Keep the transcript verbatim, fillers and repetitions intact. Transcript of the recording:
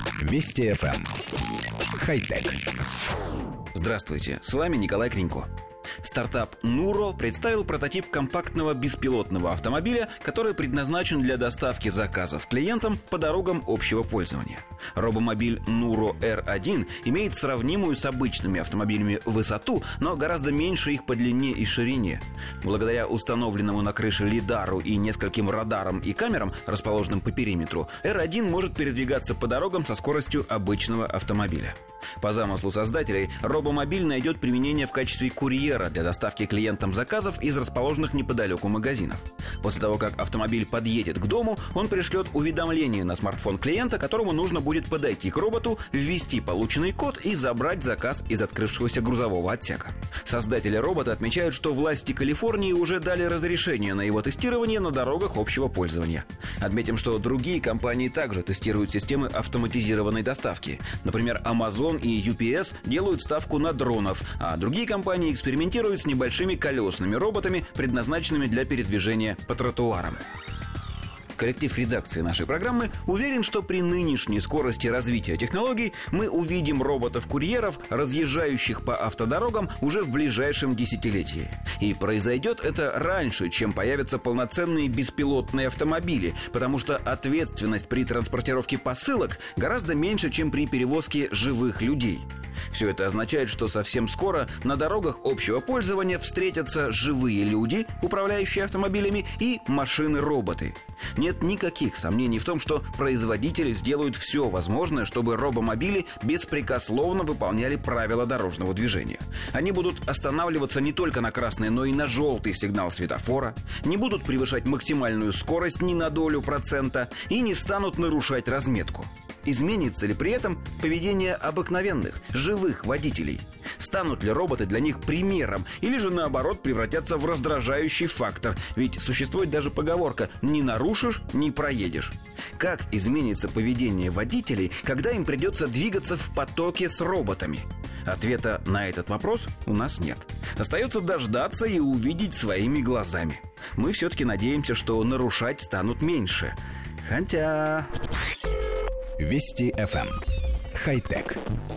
Вести эф эм. Хай-тек. Здравствуйте, с вами Николай Кренько. Стартап Nuro представил прототип компактного беспилотного автомобиля, который предназначен для доставки заказов клиентам по дорогам общего пользования. Робомобиль Nuro эр один имеет сравнимую с обычными автомобилями высоту, но гораздо меньше их по длине и ширине. Благодаря установленному на крыше лидару и нескольким радарам и камерам, расположенным по периметру, эр один может передвигаться по дорогам со скоростью обычного автомобиля. По замыслу создателей, робомобиль найдет применение в качестве курьера для доставки клиентам заказов из расположенных неподалеку магазинов. После того, как автомобиль подъедет к дому, он пришлет уведомление на смартфон клиента, которому нужно будет подойти к роботу, ввести полученный код и забрать заказ из открывшегося грузового отсека. Создатели робота отмечают, что власти Калифорнии уже дали разрешение на его тестирование на дорогах общего пользования. Отметим, что другие компании также тестируют системы автоматизированной доставки. Например, Amazon и ю пи эс делают ставку на дронов, а другие компании экспериментируют с небольшими колесными роботами, предназначенными для передвижения по тротуарам. Коллектив редакции нашей программы уверен, что при нынешней скорости развития технологий мы увидим роботов-курьеров, разъезжающих по автодорогам уже в ближайшем десятилетии. И произойдет это раньше, чем появятся полноценные беспилотные автомобили, потому что ответственность при транспортировке посылок гораздо меньше, чем при перевозке живых людей. Все это означает, что совсем скоро на дорогах общего пользования встретятся живые люди, управляющие автомобилями, и машины-роботы. Нет никаких сомнений в том, что производители сделают все возможное, чтобы робомобили беспрекословно выполняли правила дорожного движения. Они будут останавливаться не только на красный, но и на желтый сигнал светофора, не будут превышать максимальную скорость ни на долю процента и не станут нарушать разметку. Изменится ли при этом поведение обыкновенных, живых водителей? Станут ли роботы для них примером или же наоборот превратятся в раздражающий фактор? Ведь существует даже поговорка «не нарушишь, не проедешь». Как изменится поведение водителей, когда им придется двигаться в потоке с роботами? Ответа на этот вопрос у нас нет. Остается дождаться и увидеть своими глазами. Мы все-таки надеемся, что нарушать станут меньше. Хотя... Вести эф эм. Хай-тек.